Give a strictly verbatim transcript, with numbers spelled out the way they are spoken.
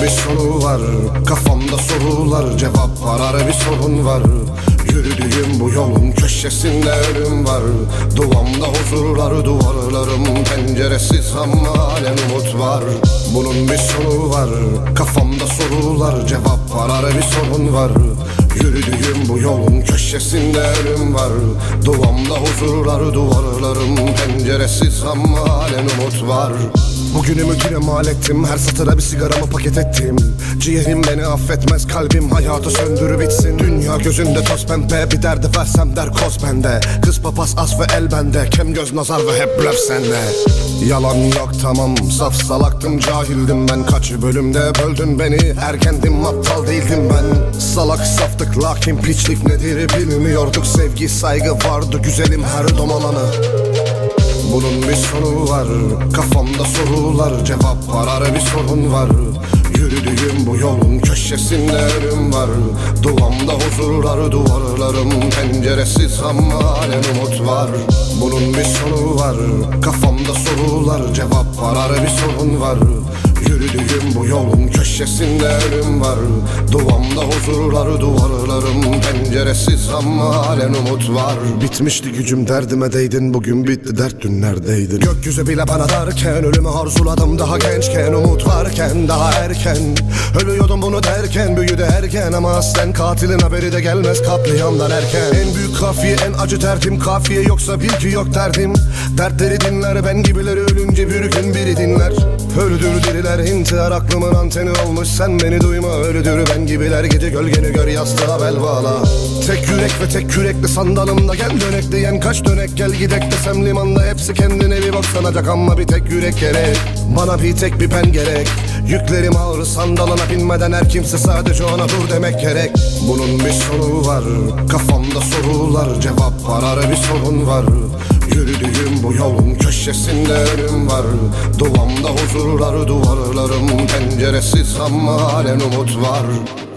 bir sonu var, kafamda sorular, cevap arar bir sorun var. Yürüdüğüm bu yolun köşesinde ölüm var. Duamda huzurlar, duvarlarım penceresiz ama halen umut var. Bunun bir sonu var, kafamda sorular, cevap arar bir sorun var. Yürüdüğüm bu yolun köşesinde ölüm var. Duamda huzurlar, duvarlarım penceresiz ama halen umut var. Bugünümü güne mal ettim, her satıra bir sigaramı paket ettim. Ciğerim beni affetmez, kalbim hayatı söndürü bitsin. Dünya gözünde toz pembe, bir derdi versem der koz bende. Kız papaz as ve el bende, kem göz nazar ve hep blöf sende. Yalan yok tamam, saf salaktım, cahildim ben. Kaç bölümde böldün beni, erkendim aptal değildim ben. Salak saftık lakin piçlik nedir bilmiyorduk. Sevgi saygı vardı güzelim her domalanı. Bunun bir sonu var, kafamda sorular, cevap arar bir sorun var. Yürüdüğüm bu yolun köşesinde ölüm var. Duamda huzurlar, duvarlarım penceresiz ama halen umut var. Bunun bir sonu var, kafamda sorular, cevap arar bir sorun var. Yürüdüğüm bu yolun köşesinde ölüm var. Duamda huzurlar, duvarlarım penceresiz ama halen umut var. Bitmişti gücüm, derdime değdin, bugün bitti dert dün neredeydin? Gökyüzü bile bana darken, ölümü arzuladım daha gençken. Umut varken daha erken, ölüyordum bunu derken. Büyüdü erken ama aslen katilin haberi de gelmez katliamdan erken. En büyük kafiye, en acı derdim kafiye, yoksa bil ki yok derdim. Dertleri dinler, ben gibileri ölünce bir gün biri dinler. Öldür diriler, intihar aklımın anteni olmuş, sen beni duyma. Öldür ben gibiler, gece gölgeni gör, yastığa bel bağla. Tek yürek ve tek kürekli sandalımda, gel dönek diyen kaç dönek. Gel gidek desem limanda, hepsi kendine bir bok sanacak ama bir tek yürek gerek. Bana bir tek bir pen gerek, yüklerim ağır sandalına binmeden her kimse sadece ona dur demek gerek. Bunun bir sonu var, kafamda sorular, cevap arar bir sorun var. Yürüdüğüm bu yolun köşesinde ölüm var. Duamda huzurlar, duvarlarım penceresiz ama halen umut var.